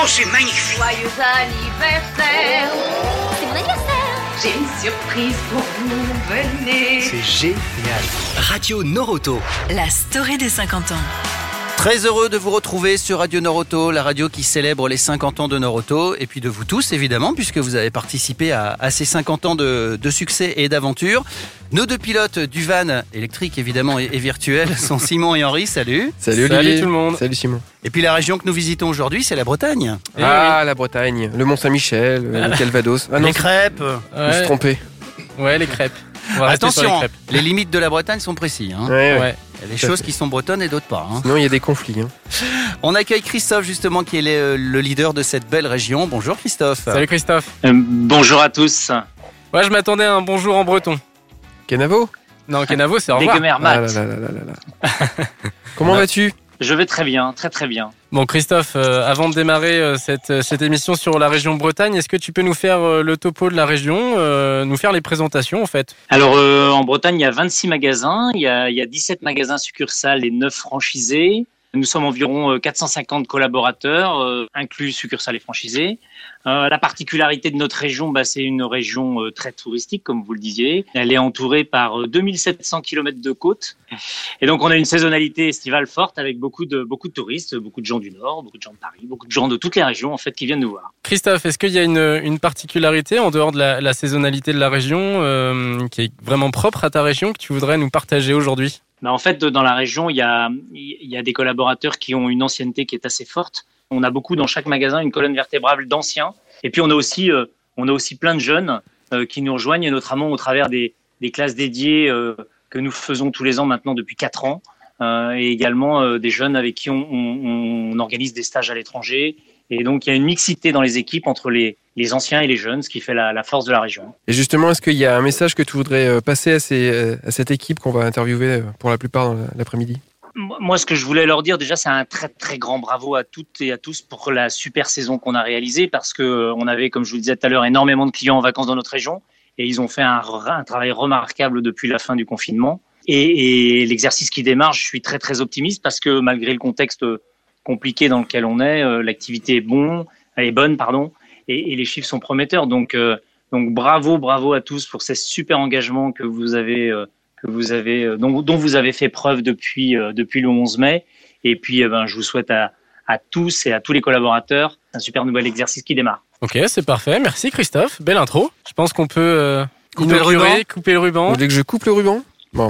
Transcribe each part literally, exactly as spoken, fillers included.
c'est magnifique. Joyeux anniversaire. C'est mon anniversaire. J'ai une surprise pour vous, venez. C'est génial. Radio Noroto. La story des cinquante ans. Très heureux de vous retrouver sur Radio Noroto, la radio qui célèbre les cinquante ans de Noroto, et puis de vous tous évidemment, puisque vous avez participé à, à ces cinquante ans de, de succès et d'aventure. Nos deux pilotes du van, électrique évidemment et, et virtuel, sont Simon et Henri. Salut. Salut Olivier. Salut tout le monde. Salut Simon. Et puis la région que nous visitons aujourd'hui, c'est la Bretagne. Ah, la Bretagne, le Mont-Saint-Michel, le Calvados. Ah non, les crêpes. Je me suis trompé. Ouais, les crêpes. On va rester sur Attention, les crêpes. les limites de la Bretagne sont précises. Hein. Ouais, ouais. Ouais. Il y a des choses qui sont bretonnes et d'autres pas. Hein. Sinon, il y a des conflits. Hein. On accueille Christophe justement, qui est le, le leader de cette belle région. Bonjour Christophe. Salut Christophe. Euh, bonjour à tous. Ouais, je m'attendais à un bonjour en breton. Kenavo. Non, Kenavo, c'est au revoir. Degemer Ah Mat. là là là là là là. Comment vas-tu? Je vais très bien, très très bien. Bon Christophe, euh, avant de démarrer euh, cette, cette émission sur la région Bretagne, est-ce que tu peux nous faire euh, le topo de la région, euh, nous faire les présentations en fait? Alors euh, en Bretagne, il y a vingt-six magasins, il y a, il y a dix-sept magasins succursales et neuf franchisés. Nous sommes environ euh, quatre cent cinquante collaborateurs, euh, inclus succursales et franchisés. Euh, la particularité de notre région, bah, c'est une région euh, très touristique, comme vous le disiez. Elle est entourée par euh, deux mille sept cents kilomètres de côte. Et donc, on a une saisonnalité estivale forte avec beaucoup de, beaucoup de touristes, beaucoup de gens du Nord, beaucoup de gens de Paris, beaucoup de gens de toutes les régions, en fait, qui viennent nous voir. Christophe, est-ce qu'il y a une, une particularité en dehors de la, la saisonnalité de la région euh, qui est vraiment propre à ta région que tu voudrais nous partager aujourd'hui? Bah, en fait, dans la région, il y a, il y a des collaborateurs qui ont une ancienneté qui est assez forte. On a beaucoup dans chaque magasin une colonne vertébrale d'anciens. Et puis on a aussi, euh, on a aussi plein de jeunes euh, qui nous rejoignent, et notamment au travers des, des classes dédiées euh, que nous faisons tous les ans maintenant depuis quatre ans. Euh, et également euh, des jeunes avec qui on, on, on organise des stages à l'étranger. Et donc il y a une mixité dans les équipes entre les, les anciens et les jeunes, ce qui fait la, la force de la région. Et justement, est-ce qu'il y a un message que tu voudrais passer à, ces, à cette équipe qu'on va interviewer pour la plupart dans l'après-midi? Moi, ce que je voulais leur dire, déjà, c'est un très, très grand bravo à toutes et à tous pour la super saison qu'on a réalisée, parce que on avait, comme je vous le disais tout à l'heure, énormément de clients en vacances dans notre région, et ils ont fait un, un travail remarquable depuis la fin du confinement. Et, et l'exercice qui démarre, je suis très, très optimiste, parce que malgré le contexte compliqué dans lequel on est, l'activité est bon, elle est bonne, pardon, et, et les chiffres sont prometteurs. Donc, euh, donc bravo, bravo à tous pour ces super engagements que vous avez. Euh, que vous avez, dont, dont vous avez fait preuve depuis, euh, depuis le onze mai. Et puis, euh, ben, je vous souhaite à, à tous et à tous les collaborateurs un super nouvel exercice qui démarre. Ok, c'est parfait. Merci Christophe. Belle intro. Je pense qu'on peut euh, couper, le ruban. couper le ruban. Vous voulez que je coupe le ruban? Bon.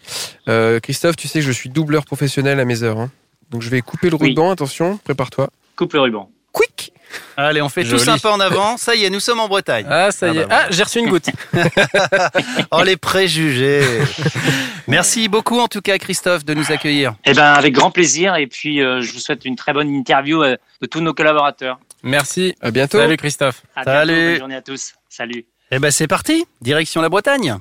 Euh, Christophe, tu sais que je suis doubleur professionnel à mes heures. Hein. Donc, je vais couper le Oui. ruban. Attention, prépare-toi. Coupe le ruban. Quick! Allez, on fait Joli. tous un pas en avant. Ça y est, nous sommes en Bretagne. Ah, ça y Ah est. bah Ah, j'ai reçu une goutte. Oh, les préjugés. Merci beaucoup en tout cas Christophe de nous accueillir. Eh ben, avec grand plaisir. Et puis, euh, je vous souhaite une très bonne interview euh, de tous nos collaborateurs. Merci. À bientôt. Salut Christophe. À Salut. bientôt. Bonne journée à tous. Salut. Eh ben c'est parti, direction la Bretagne.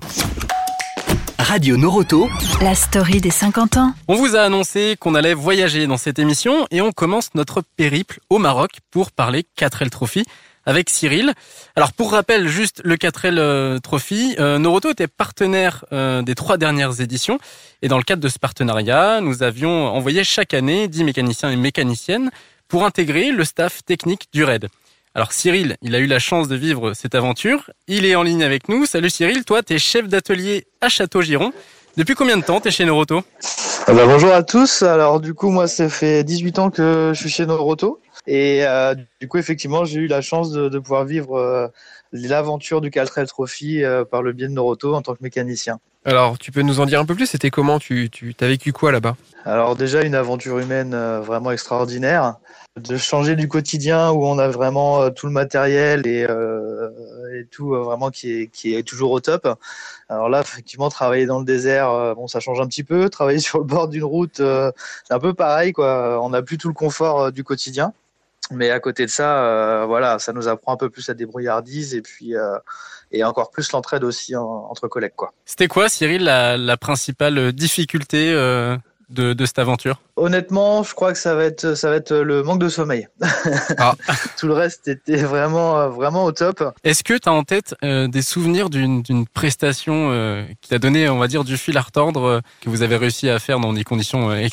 Radio Noroto. La story des cinquante ans. On vous a annoncé qu'on allait voyager dans cette émission et on commence notre périple au Maroc pour parler quatre L Trophy avec Cyril. Alors pour rappel, juste le quatre L Trophy, euh, Noroto était partenaire euh, des trois dernières éditions et dans le cadre de ce partenariat, nous avions envoyé chaque année dix mécaniciens et mécaniciennes pour intégrer le staff technique du raid. Alors Cyril, il a eu la chance de vivre cette aventure. Il est en ligne avec nous. Salut Cyril, toi t'es chef d'atelier à Château-Giron. Depuis combien de temps t'es chez Noroto? Ah bah bonjour à tous. Alors du coup moi ça fait dix-huit ans que je suis chez Noroto et euh, du coup effectivement j'ai eu la chance de, de pouvoir vivre euh, l'aventure du quatre L Trophy euh, par le biais de Noroto en tant que mécanicien. Alors, tu peux nous en dire un peu plus? C'était comment? Tu, tu as vécu quoi là-bas? Alors déjà une aventure humaine euh, vraiment extraordinaire, de changer du quotidien où on a vraiment euh, tout le matériel et, euh, et tout euh, vraiment qui est, qui est toujours au top. Alors là effectivement travailler dans le désert, euh, bon ça change un petit peu. Travailler sur le bord d'une route, euh, c'est un peu pareil quoi. On n'a plus tout le confort euh, du quotidien. Mais à côté de ça, euh, voilà, ça nous apprend un peu plus la débrouillardise et puis euh, et encore plus l'entraide aussi en, entre collègues, quoi. C'était quoi, Cyril, la, la principale difficulté euh, de, de cette aventure? Honnêtement, je crois que ça va être ça va être le manque de sommeil. Ah. Tout le reste était vraiment vraiment au top. Est-ce que tu as en tête euh, des souvenirs d'une, d'une prestation euh, qui t'a donné, on va dire, du fil à retordre euh, que vous avez réussi à faire dans des conditions euh, extrêmes?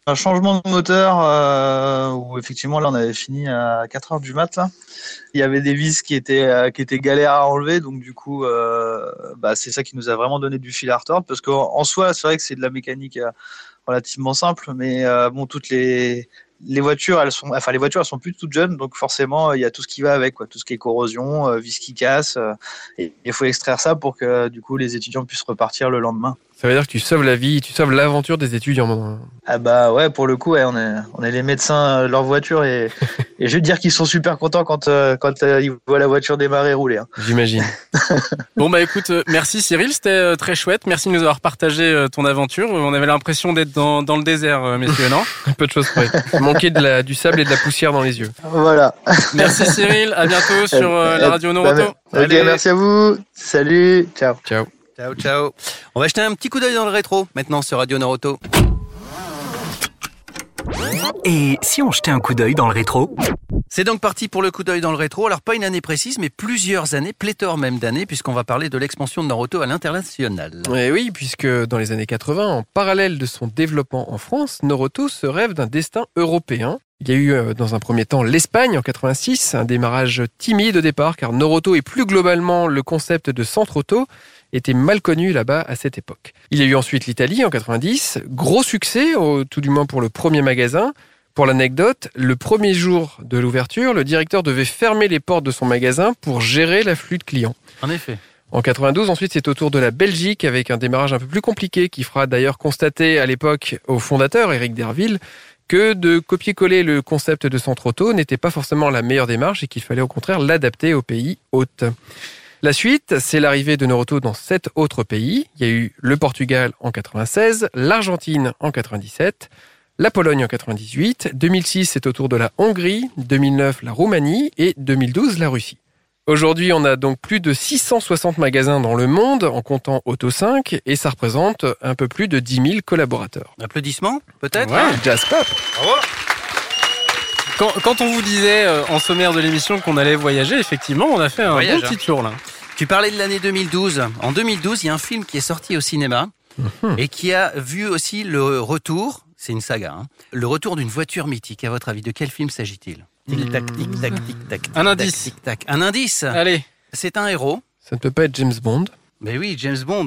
Un changement de moteur euh, où effectivement là on avait fini à quatre heures du mat. Là. Il y avait des vis qui étaient euh, qui étaient galères à enlever, donc du coup euh, bah, c'est ça qui nous a vraiment donné du fil à retordre parce qu'en en soi c'est vrai que c'est de la mécanique euh, relativement simple, mais euh, bon toutes les les voitures elles sont enfin les voitures elles sont plus toutes jeunes, donc forcément il y a tout ce qui va avec quoi, tout ce qui est corrosion, euh, vis qui casse, euh, et il faut extraire ça pour que du coup les étudiants puissent repartir le lendemain. Ça veut dire que tu sauves la vie, tu sauves l'aventure des étudiants. Ah bah ouais, pour le coup, ouais, on est on est les médecins de leur voiture et, et je veux dire qu'ils sont super contents quand euh, quand euh, ils voient la voiture démarrer et rouler. Hein. J'imagine. Bon bah écoute, euh, merci Cyril, c'était euh, très chouette. Merci de nous avoir partagé euh, ton aventure. On avait l'impression d'être dans dans le désert, euh, messieurs, non? Un peu de choses près. Manquer de la du sable et de la poussière dans les yeux. Voilà. Merci Cyril, à bientôt sur euh, la radio Noroto. Bah, ok, merci à vous. Salut, ciao. Ciao. Ciao, ciao. On va jeter un petit coup d'œil dans le rétro maintenant sur Radio Noroto. Et si on jetait un coup d'œil dans le rétro? C'est donc parti pour le coup d'œil dans le rétro. Alors pas une année précise, mais plusieurs années, pléthore même d'années, puisqu'on va parler de l'expansion de Noroto à l'international. Et oui, puisque dans les années quatre-vingts, en parallèle de son développement en France, Noroto se rêve d'un destin européen. Il y a eu dans un premier temps l'Espagne en quatre-vingt-six, un démarrage timide au départ, car Noroto et plus globalement le concept de centre auto était mal connu là-bas à cette époque. Il y a eu ensuite l'Italie en quatre-vingt-dix, gros succès, au, tout du moins pour le premier magasin. Pour l'anecdote, le premier jour de l'ouverture, le directeur devait fermer les portes de son magasin pour gérer l'afflux de clients. En effet. En quatre-vingt-douze, ensuite, c'est au tour de la Belgique avec un démarrage un peu plus compliqué qui fera d'ailleurs constater à l'époque au fondateur, Éric Derville, que de copier-coller le concept de centre auto n'était pas forcément la meilleure démarche et qu'il fallait au contraire l'adapter aux pays hôtes. La suite, c'est l'arrivée de Noroto dans sept autres pays. Il y a eu le Portugal en quatre-vingt-seize, l'Argentine en quatre-vingt-dix-sept, la Pologne en quatre-vingt-dix-huit, deux mille six, c'est au tour de la Hongrie, deux mille neuf, la Roumanie et deux mille douze, la Russie. Aujourd'hui, on a donc plus de six cent soixante magasins dans le monde, en comptant Auto cinq, et ça représente un peu plus de dix mille collaborateurs. Applaudissements, peut-être? Ouais, jazz pop. Bravo. Quand, quand on vous disait euh, en sommaire de l'émission qu'on allait voyager, effectivement, on a fait un Voyage, bon petit tour là. Tu parlais de l'année deux mille douze. En deux mille douze, il y a un film qui est sorti au cinéma mmh. et qui a vu aussi le retour, c'est une saga, hein, le retour d'une voiture mythique. À votre avis, de quel film s'agit-il? Tic-tac, tic-tac, tic-tac. Un indice. Tic-tac. Un indice. Allez. C'est un héros. Ça ne peut pas être James Bond. Mais oui, James Bond.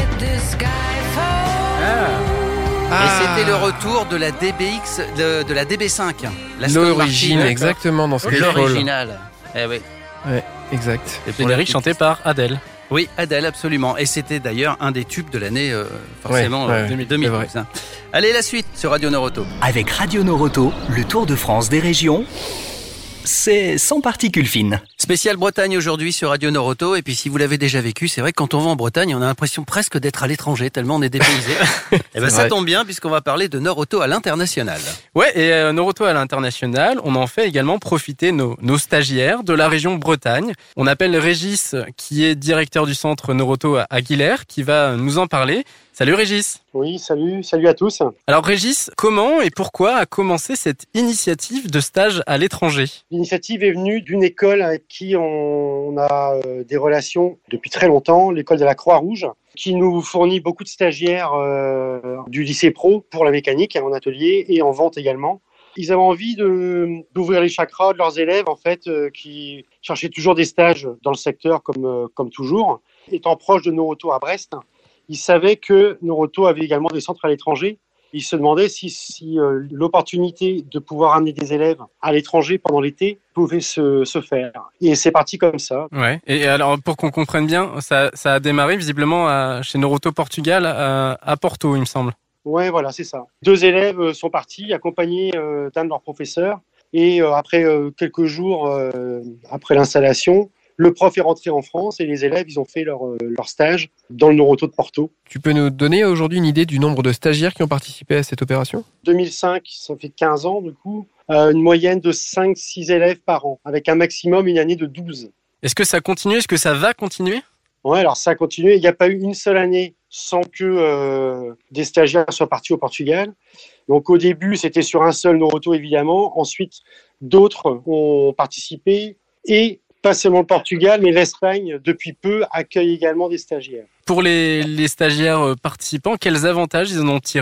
Ah. Et c'était le retour de la D B X, de, de la D B cinq. L'origine, exactement, dans Skyfall. L'original. Eh oui. Ouais, exact. Le générique chanté par Adèle. Oui, Adèle, absolument. Et c'était d'ailleurs un des tubes de l'année, euh, forcément, ouais, ouais, deux mille douze. Hein. Allez, la suite sur Radio Noroto. Avec Radio Noroto, le tour de France des régions, c'est sans particules fines. Spécial Bretagne aujourd'hui sur Radio Noroto. Et puis si vous l'avez déjà vécu, c'est vrai que quand on va en Bretagne, on a l'impression presque d'être à l'étranger, tellement on est dépaysé. Et ben ça tombe bien puisqu'on va parler de Noroto à l'international. Ouais, et euh, Noroto à l'international, on en fait également profiter nos, nos stagiaires de la région Bretagne. On appelle Régis, qui est directeur du centre Noroto à Aguilère, qui va nous en parler. Salut Régis. Oui, salut, salut à tous. Alors Régis, comment et pourquoi a commencé cette initiative de stage à l'étranger? L'initiative est venue d'une école avec qui on a des relations depuis très longtemps, l'école de la Croix-Rouge, qui nous fournit beaucoup de stagiaires euh, du lycée pro pour la mécanique en atelier et en vente également. Ils avaient envie de, d'ouvrir les chakras de leurs élèves en fait, euh, qui cherchaient toujours des stages dans le secteur comme, euh, comme toujours. Étant proche de Noroto à Brest, ils savaient que Noroto avait également des centres à l'étranger. Ils se demandaient si, si euh, l'opportunité de pouvoir amener des élèves à l'étranger pendant l'été pouvait se, se faire. Et c'est parti comme ça. Ouais. Et alors, pour qu'on comprenne bien, ça, ça a démarré visiblement à, chez Noroto Portugal à, à Porto, il me semble. Ouais, voilà, c'est ça. Deux élèves sont partis, accompagnés euh, d'un de leurs professeurs. Et euh, après euh, quelques jours euh, après l'installation, le prof est rentré en France et les élèves, ils ont fait leur, leur stage dans le Noroto de Porto. Tu peux nous donner aujourd'hui une idée du nombre de stagiaires qui ont participé à cette opération? deux mille cinq, ça fait quinze ans du coup, euh, une moyenne de cinq six élèves par an, avec un maximum une année de douze. Est-ce que ça continue? Est-ce que ça va continuer? Ouais, alors ça a continué. Il n'y a pas eu une seule année sans que euh, des stagiaires soient partis au Portugal. Donc au début, c'était sur un seul Noroto évidemment. Ensuite, d'autres ont participé et pas seulement le Portugal, mais l'Espagne, depuis peu, accueille également des stagiaires. Pour les, les stagiaires participants, quels avantages ils en ont tiré?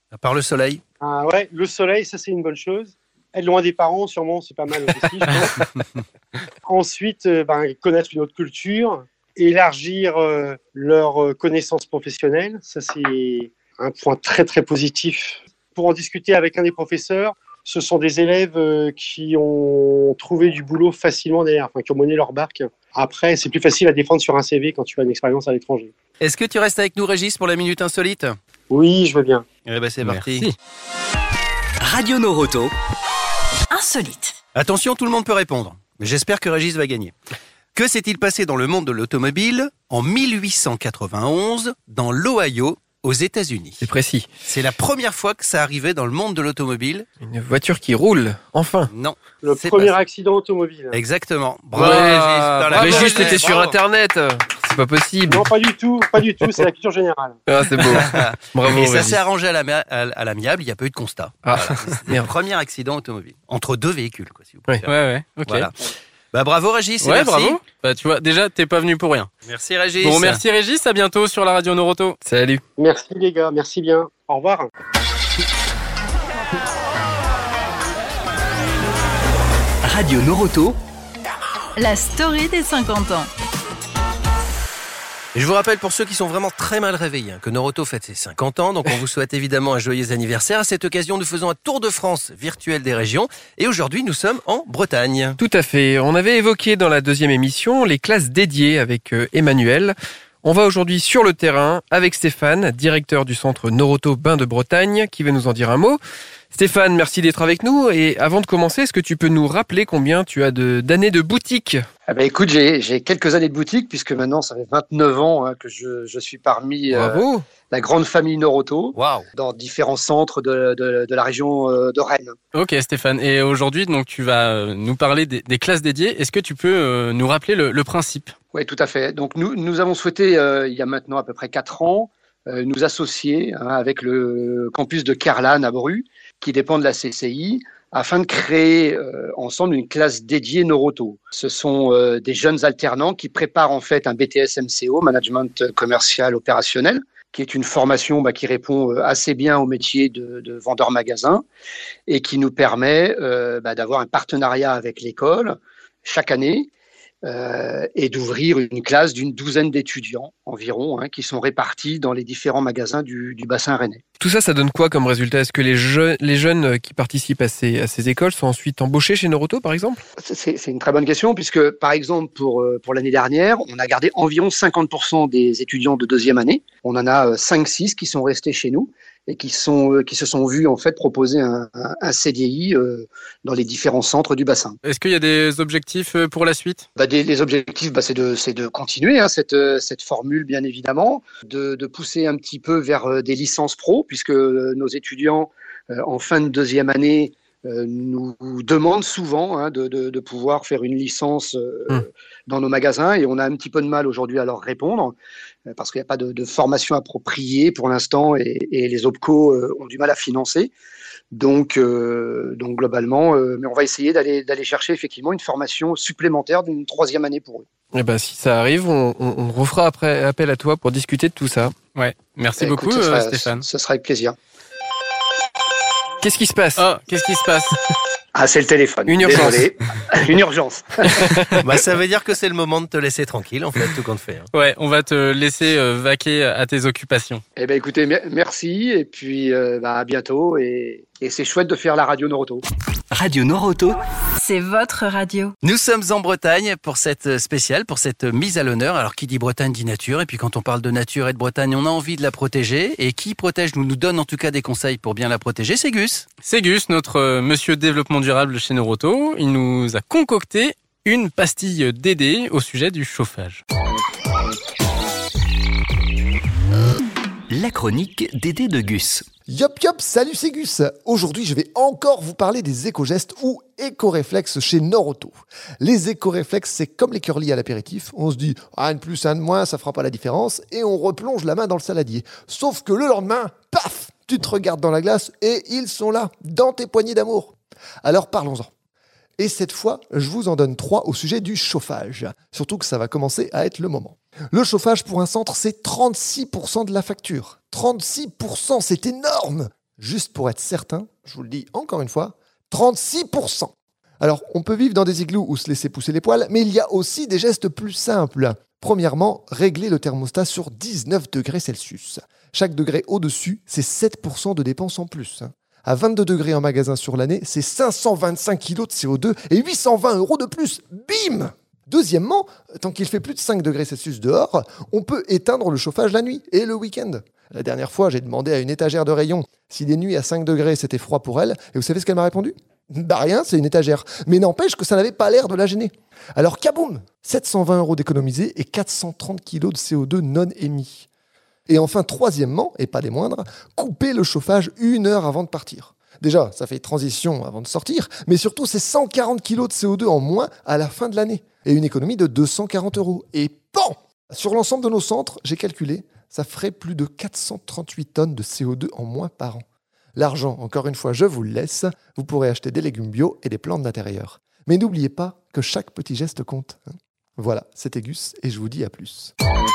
À part le soleil. Ah ouais, le soleil, ça c'est une bonne chose. Être loin des parents, sûrement, c'est pas mal aussi. Ensuite, euh, ben, connaître une autre culture, élargir euh, leurs euh, connaissances professionnelles, ça c'est un point très très positif. Pour en discuter avec un des professeurs, ce sont des élèves euh, qui ont trouvé du boulot facilement derrière, enfin, qui ont mené leur barque. Après, c'est plus facile à défendre sur un C V quand tu as une expérience à l'étranger. Est-ce que tu restes avec nous, Régis, pour la Minute Insolite ? Oui, je veux bien. Eh ben, c'est parti. Merci. Radio Noroto. Insolite. Attention, tout le monde peut répondre. Mais j'espère que Régis va gagner. Que s'est-il passé dans le monde de l'automobile en mille huit cent quatre-vingt-onze dans l'Ohio, aux États-Unis ? C'est précis. C'est la première fois que ça arrivait dans le monde de l'automobile. Une voiture qui roule, enfin. Non. Le c'est premier pas ça. accident automobile. Exactement. Bravo, Ouais, Régis. Dans la Régis, bonne t'étais idée. sur Bravo. Internet. C'est pas possible. Non, pas du tout, pas du tout, c'est la culture générale. Ah, c'est beau. Bravo, Et ça Régis. s'est arrangé à l'ami- à à l'amiable, il n'y a pas eu de constat. Ah, Voilà. C'est le merde. premier accident automobile. Entre deux véhicules, quoi, si vous Ouais. préférez. Ouais, ouais, ok. Voilà. Bah, bravo, Régis. et Ouais, merci. bravo. Bah, tu vois, déjà, t'es pas venu pour rien. Merci, Régis. Bon, merci Régis, à bientôt sur la radio Noroto. Salut. Merci les gars, merci bien. Au revoir. Radio Noroto. La story des cinquante ans. Et je vous rappelle pour ceux qui sont vraiment très mal réveillés hein, que Noroto fête ses cinquante ans, donc on vous souhaite évidemment un joyeux anniversaire. À cette occasion, nous faisons un tour de France virtuel des régions et aujourd'hui nous sommes en Bretagne. Tout à fait. On avait évoqué dans la deuxième émission les classes dédiées avec euh, Emmanuel. On va aujourd'hui sur le terrain avec Stéphane, directeur du centre Noroto Bain de Bretagne, qui va nous en dire un mot. Stéphane, merci d'être avec nous. Et avant de commencer, est-ce que tu peux nous rappeler combien tu as de, d'années de boutique ? Ah ben écoute, j'ai, j'ai quelques années de boutique, puisque maintenant, ça fait vingt-neuf ans hein, que je, je suis parmi euh, Bravo. la grande famille Noroto, Waouh. dans différents centres de, de, de la région euh, de Rennes. Ok Stéphane, et aujourd'hui donc tu vas euh, nous parler des, des classes dédiées. Est-ce que tu peux euh, nous rappeler le, le principe ? Oui, tout à fait. Donc nous, nous avons souhaité, euh, il y a maintenant à peu près quatre ans, euh, nous associer hein, avec le campus de Kerlan à Bru, qui dépend de la C C I, afin de créer euh, ensemble une classe dédiée Noroto. Ce sont euh, des jeunes alternants qui préparent en fait un B T S M C O, Management Commercial Opérationnel, qui est une formation bah, qui répond euh, assez bien au métier de, de vendeur magasin et qui nous permet euh, bah, d'avoir un partenariat avec l'école chaque année euh, et d'ouvrir une classe d'une douzaine d'étudiants environ hein, qui sont répartis dans les différents magasins du, du bassin rennais. Tout ça, ça donne quoi comme résultat ? Est-ce que les, je- les jeunes qui participent à ces, à ces écoles sont ensuite embauchés chez Noroto, par exemple ? C'est, c'est une très bonne question puisque, par exemple, pour, euh, pour l'année dernière, on a gardé environ cinquante pour cent des étudiants de deuxième année. On en a cinq six qui sont restés chez nous et qui, sont, euh, qui se sont vus en fait proposer un, un, un C D I euh, dans les différents centres du bassin. Est-ce qu'il y a des objectifs euh, pour la suite ? Bah, des, les objectifs, bah, c'est, de, c'est de continuer hein, cette, cette formule, bien évidemment, de, de pousser un petit peu vers euh, des licences pro, puisque euh, nos étudiants, euh, en fin de deuxième année, euh, nous demandent souvent hein, de, de, de pouvoir faire une licence euh, Mmh. dans nos magasins, et on a un petit peu de mal aujourd'hui à leur répondre, euh, parce qu'il n'y a pas de, de formation appropriée pour l'instant, et, et les OPCO euh, ont du mal à financer. Donc, euh, donc globalement, euh, mais on va essayer d'aller, d'aller chercher effectivement une formation supplémentaire d'une troisième année pour eux. Eh ben, si ça arrive, on, on, on refera après appel à toi pour discuter de tout ça. Ouais, merci Écoute, beaucoup ce euh, sera, Stéphane. Ce sera avec plaisir. Qu'est-ce qui se passe ? Oh, qu'est-ce qui se passe ? Ah, c'est le téléphone. Une urgence. Désolé. Une urgence. Bah, ça veut dire que c'est le moment de te laisser tranquille, en fait, tout compte fait. hein. Ouais, on va te laisser euh, vaquer à tes occupations. Eh ben, écoutez, mer- merci et puis euh, bah, à bientôt et, et c'est chouette de faire la radio Noroto. Radio Noroto. C'est votre radio. Nous sommes en Bretagne pour cette spéciale, pour cette mise à l'honneur. Alors, qui dit Bretagne dit nature. Et puis, quand on parle de nature et de Bretagne, on a envie de la protéger. Et qui protège, nous, nous donne en tout cas des conseils pour bien la protéger, c'est Gus. C'est Gus, notre euh, monsieur développement durable chez Noroto. Il nous a concocté une pastille Dédé au sujet du chauffage. La chronique Dédé de Gus. Yop yop, salut c'est Gus. Aujourd'hui je vais encore vous parler des éco-gestes ou éco-réflexes chez Noroto. Les éco-réflexes, c'est comme les curly à l'apéritif. On se dit ah, un de plus, un de moins, ça fera pas la différence et on replonge la main dans le saladier. Sauf que le lendemain, paf, tu te regardes dans la glace et ils sont là, dans tes poignées d'amour. Alors parlons-en. Et cette fois, je vous en donne trois au sujet du chauffage. Surtout que ça va commencer à être le moment. Le chauffage pour un centre, c'est trente-six pour cent de la facture. trente-six pour cent, c'est énorme! Juste pour être certain, je vous le dis encore une fois, trente-six pour cent. Alors, on peut vivre dans des igloos ou se laisser pousser les poils, mais il y a aussi des gestes plus simples. Premièrement, régler le thermostat sur dix-neuf degrés Celsius. Chaque degré au-dessus, c'est sept pour cent de dépenses en plus. À vingt-deux degrés en magasin sur l'année, c'est cinq cent vingt-cinq kilos de C O deux et huit cent vingt euros de plus. Bim! Deuxièmement, tant qu'il fait plus de cinq degrés Celsius dehors, on peut éteindre le chauffage la nuit et le week-end. La dernière fois, j'ai demandé à une étagère de rayon si des nuits à cinq degrés c'était froid pour elle, et vous savez ce qu'elle m'a répondu ? Bah rien, c'est une étagère. Mais n'empêche que ça n'avait pas l'air de la gêner. Alors kaboum, sept cent vingt euros d'économisés et quatre cent trente kilos de C O deux non émis. Et enfin, troisièmement, et pas des moindres, couper le chauffage une heure avant de partir. Déjà, ça fait transition avant de sortir, mais surtout, c'est cent quarante kilos de C O deux en moins à la fin de l'année. Et une économie de deux cent quarante euros. Et bon, sur l'ensemble de nos centres, j'ai calculé, ça ferait plus de quatre cent trente-huit tonnes de C O deux en moins par an. L'argent, encore une fois, je vous le laisse. Vous pourrez acheter des légumes bio et des plantes d'intérieur. Mais n'oubliez pas que chaque petit geste compte. Voilà, c'était Gus et je vous dis à plus.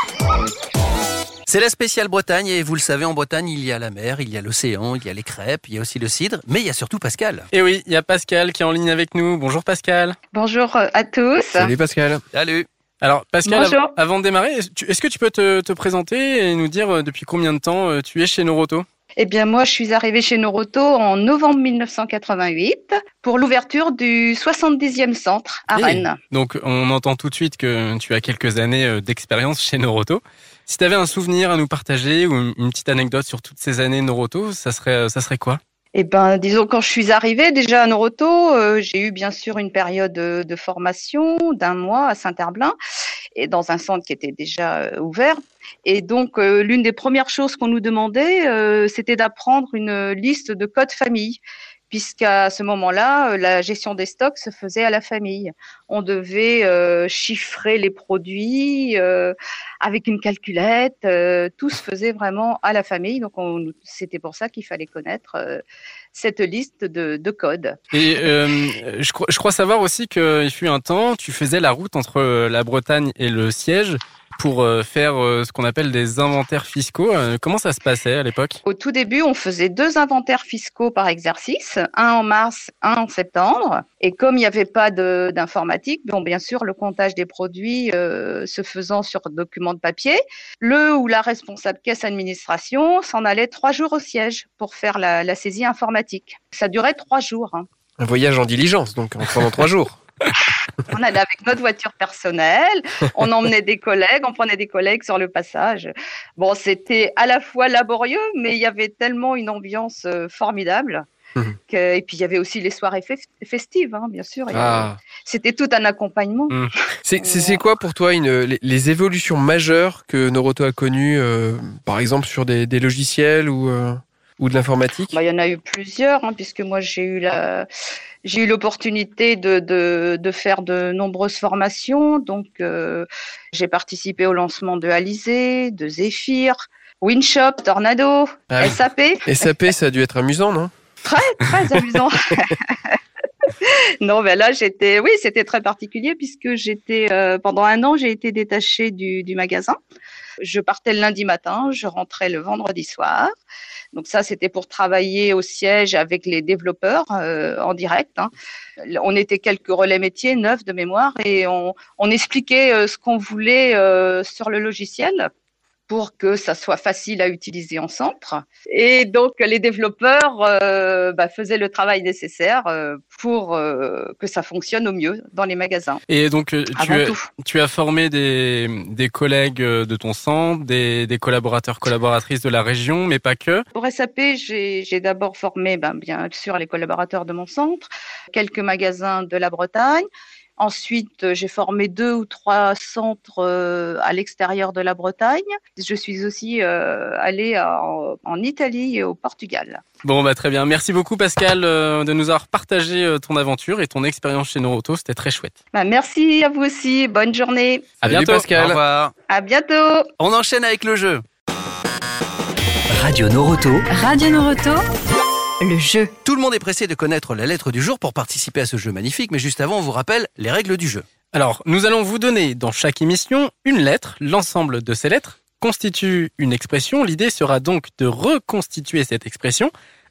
C'est la spéciale Bretagne et vous le savez, en Bretagne, il y a la mer, il y a l'océan, il y a les crêpes, il y a aussi le cidre, mais il y a surtout Pascal. Et oui, il y a Pascal qui est en ligne avec nous. Bonjour Pascal. Bonjour à tous. Salut Pascal. Salut. Alors Pascal, Bonjour. av- avant de démarrer, est-ce que tu peux te, te présenter et nous dire depuis combien de temps tu es chez Noroto ? Eh bien, moi, je suis arrivée chez Noroto en novembre mille neuf cent quatre-vingt-huit pour l'ouverture du soixante-dixième centre à Et Rennes. Donc, on entend tout de suite que tu as quelques années d'expérience chez Noroto. Si tu avais un souvenir à nous partager ou une petite anecdote sur toutes ces années Noroto, ça serait, ça serait quoi ? Eh ben, disons, quand je suis arrivée déjà à Noroto, euh, j'ai eu bien sûr une période de, de formation d'un mois à Saint-Herblain et dans un centre qui était déjà euh, ouvert. Et donc, euh, l'une des premières choses qu'on nous demandait, euh, c'était d'apprendre une liste de codes famille, puisqu'à ce moment-là, euh, la gestion des stocks se faisait à la famille. On devait euh, chiffrer les produits euh, avec une calculette, euh, tout se faisait vraiment à la famille. Donc, on, c'était pour ça qu'il fallait connaître euh, cette liste de, de codes. Et euh, je, crois, je crois savoir aussi qu'il fut un temps, tu faisais la route entre la Bretagne et le siège pour faire ce qu'on appelle des inventaires fiscaux. Comment ça se passait à l'époque ? Au tout début, on faisait deux inventaires fiscaux par exercice, un en mars, un en septembre. Et comme il n'y avait pas de, d'informatique, bon, bien sûr, le comptage des produits euh, se faisant sur document de papier, le ou la responsable caisse administration s'en allait trois jours au siège pour faire la, la saisie informatique. Ça durait trois jours. Hein. Un voyage en diligence, donc pendant trois jours. On allait avec notre voiture personnelle, on emmenait des collègues, on prenait des collègues sur le passage. Bon, c'était à la fois laborieux, mais il y avait tellement une ambiance euh, formidable. Mmh. Que, et puis il y avait aussi les soirées fef- festives, hein, bien sûr. Ah. Avait, c'était tout un accompagnement. Mmh. C'est, c'est, c'est quoi pour toi une, les, les évolutions majeures que Noroto a connues, euh, par exemple sur des, des logiciels ou, euh, ou de l'informatique ? Bah, il y en a eu plusieurs, hein, puisque moi j'ai eu la... J'ai eu l'opportunité de, de, de faire de nombreuses formations. Donc, euh, j'ai participé au lancement de Alizé, de Zephyr, Winshop, Tornado, ah oui. S A P. S A P, ça a dû être amusant, non ? Très, très amusant. Non, mais là, j'étais, oui, c'était très particulier puisque j'étais, euh, pendant un an, j'ai été détachée du, du magasin. Je partais le lundi matin, je rentrais le vendredi soir. Donc ça, c'était pour travailler au siège avec les développeurs euh, en direct. Hein. On était quelques relais métiers, neuf de mémoire, et on, on expliquait euh, ce qu'on voulait euh, sur le logiciel pour que ça soit facile à utiliser en centre. Et donc, les développeurs euh, bah, faisaient le travail nécessaire euh, pour euh, que ça fonctionne au mieux dans les magasins. Et donc, tu as, tu as formé des, des collègues de ton centre, des, des collaborateurs, collaboratrices de la région, mais pas que. Pour S A P, j'ai, j'ai d'abord formé, ben, bien sûr, les collaborateurs de mon centre, quelques magasins de la Bretagne. Ensuite, j'ai formé deux ou trois centres euh, à l'extérieur de la Bretagne. Je suis aussi euh, allée en, en Italie et au Portugal. Bon, bah très bien. Merci beaucoup Pascal euh, de nous avoir partagé euh, ton aventure et ton expérience chez Noroto. C'était très chouette. Bah, merci à vous aussi. Bonne journée. À bientôt Salut Pascal. Au revoir. À bientôt. On enchaîne avec le jeu. Radio Noroto. Radio Noroto. Le jeu. Tout le monde est pressé de connaître la lettre du jour pour participer à ce jeu magnifique, mais juste avant, on vous rappelle les règles du jeu. Alors, nous allons vous donner dans chaque émission une lettre. L'ensemble de ces lettres constitue une expression. L'idée sera donc de reconstituer cette expression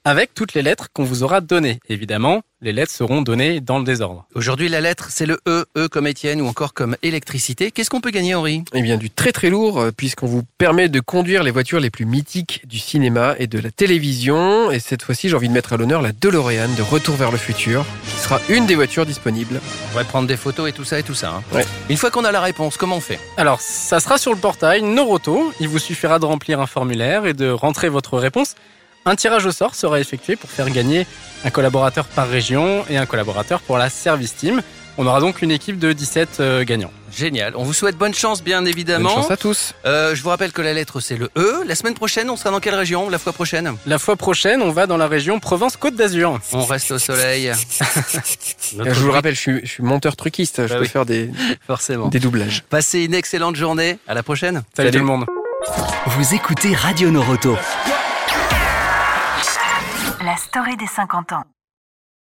avec toutes les lettres qu'on vous aura données. Évidemment, les lettres seront données dans le désordre. Aujourd'hui, la lettre, c'est le E, E comme Étienne ou encore comme électricité. Qu'est-ce qu'on peut gagner, Henri ? Eh bien, du très très lourd, puisqu'on vous permet de conduire les voitures les plus mythiques du cinéma et de la télévision. Et cette fois-ci, j'ai envie de mettre à l'honneur la DeLorean de Retour vers le futur, qui sera une des voitures disponibles. On va prendre des photos et tout ça et tout ça. Hein. Ouais. Une fois qu'on a la réponse, comment on fait ? Alors, ça sera sur le portail Noroto. Il vous suffira de remplir un formulaire et de rentrer votre réponse. Un tirage au sort sera effectué pour faire gagner un collaborateur par région et un collaborateur pour la service team. On aura donc une équipe de dix-sept euh, gagnants. Génial. On vous souhaite bonne chance, bien évidemment. Bonne chance à tous. Euh, je vous rappelle que la lettre, c'est le E. La semaine prochaine, on sera dans quelle région, la fois prochaine ? La fois prochaine, on va dans la région Provence-Côte d'Azur. On reste au soleil. Je vous le rappelle, je suis, je suis monteur truquiste. Je bah peux oui. faire des, Forcément. des doublages. Passez une excellente journée. À la prochaine. Salut, Salut tout le monde. Vous écoutez Radio Noroto. La story des cinquante ans.